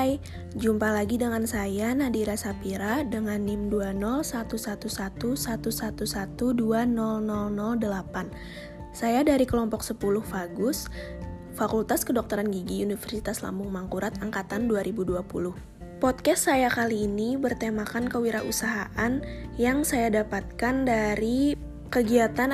Hai, jumpa lagi dengan saya Nadira Sapira dengan NIM 2011111120008. Saya dari kelompok 10 Fagus, Fakultas Kedokteran Gigi Universitas Lambung Mangkurat Angkatan 2020. Podcast saya kali ini bertemakan kewirausahaan yang saya dapatkan dari kegiatan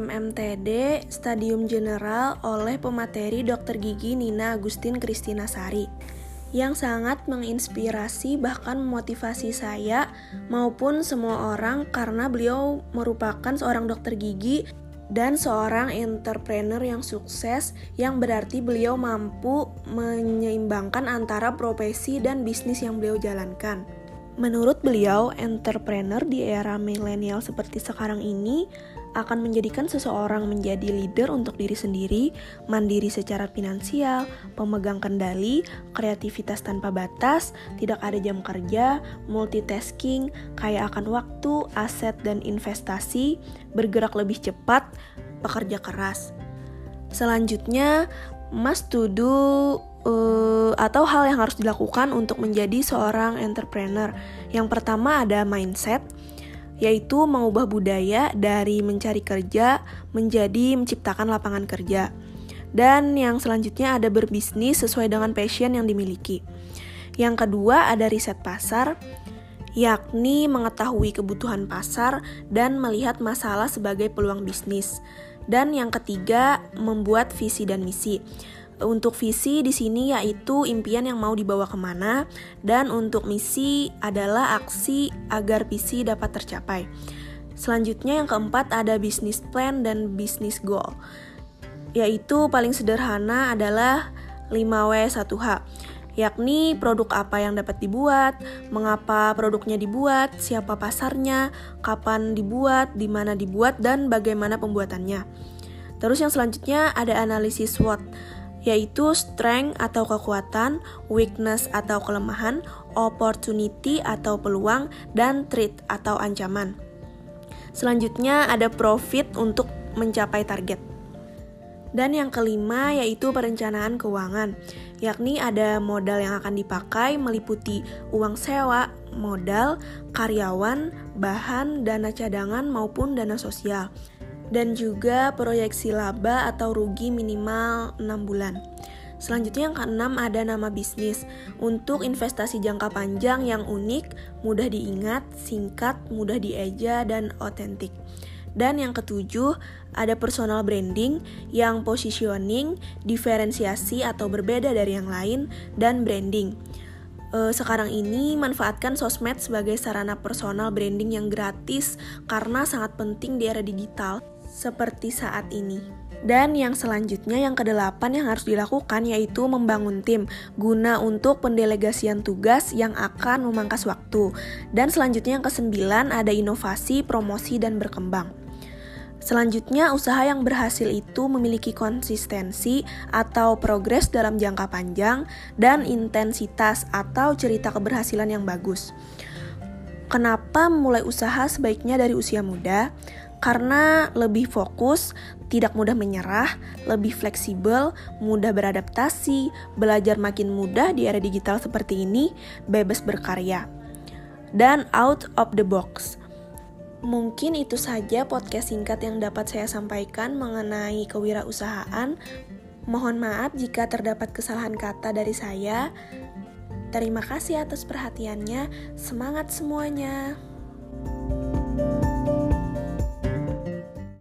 LKMMTD Stadium General oleh pemateri Dr. Gigi Nina Agustin Kristina Sari yang sangat menginspirasi bahkan memotivasi saya maupun semua orang karena beliau merupakan seorang dokter gigi dan seorang entrepreneur yang sukses, yang berarti beliau mampu menyeimbangkan antara profesi dan bisnis yang beliau jalankan. Menurut beliau, entrepreneur di era milenial seperti sekarang ini akan menjadikan seseorang menjadi leader untuk diri sendiri, mandiri secara finansial, pemegang kendali, kreativitas tanpa batas, tidak ada jam kerja, multitasking, kaya akan waktu, aset dan investasi, bergerak lebih cepat, pekerja keras. Selanjutnya, must to do atau hal yang harus dilakukan untuk menjadi seorang entrepreneur. Yang pertama ada mindset, yaitu mengubah budaya dari mencari kerja menjadi menciptakan lapangan kerja. Dan yang selanjutnya ada berbisnis sesuai dengan passion yang dimiliki. Yang kedua ada riset pasar, yakni mengetahui kebutuhan pasar dan melihat masalah sebagai peluang bisnis. Dan yang ketiga membuat visi dan misi. Untuk visi di sini yaitu impian yang mau dibawa kemana, dan untuk misi adalah aksi agar visi dapat tercapai. Selanjutnya yang keempat ada business plan dan business goal, yaitu paling sederhana adalah 5W1H, yakni produk apa yang dapat dibuat, mengapa produknya dibuat, siapa pasarnya, kapan dibuat, di mana dibuat, dan bagaimana pembuatannya. Terus yang selanjutnya ada analisis SWOT, yaitu strength atau kekuatan, weakness atau kelemahan, opportunity atau peluang, dan threat atau ancaman. Selanjutnya ada profit untuk mencapai target. Dan yang kelima yaitu perencanaan keuangan, yakni ada modal yang akan dipakai meliputi uang sewa, modal, karyawan, bahan, dana cadangan maupun dana sosial. Dan juga proyeksi laba atau rugi minimal 6 bulan. Selanjutnya yang keenam ada nama bisnis untuk investasi jangka panjang yang unik, mudah diingat, singkat, mudah dieja, dan otentik. Dan yang ketujuh ada personal branding yang positioning, diferensiasi atau berbeda dari yang lain, dan branding. Sekarang ini manfaatkan sosmed sebagai sarana personal branding yang gratis karena sangat penting di era digital seperti saat ini. Dan yang selanjutnya yang kedelapan yang harus dilakukan yaitu membangun tim guna untuk pendelegasian tugas yang akan memangkas waktu. Dan selanjutnya yang kesembilan ada inovasi, promosi, dan berkembang. Selanjutnya usaha yang berhasil itu memiliki konsistensi atau progres dalam jangka panjang dan intensitas atau cerita keberhasilan yang bagus. Kenapa memulai usaha sebaiknya dari usia muda? Karena lebih fokus, tidak mudah menyerah, lebih fleksibel, mudah beradaptasi, belajar makin mudah di era digital seperti ini, bebas berkarya, dan out of the box. Mungkin itu saja podcast singkat yang dapat saya sampaikan mengenai kewirausahaan. Mohon maaf jika terdapat kesalahan kata dari saya. Terima kasih atas perhatiannya. Semangat semuanya!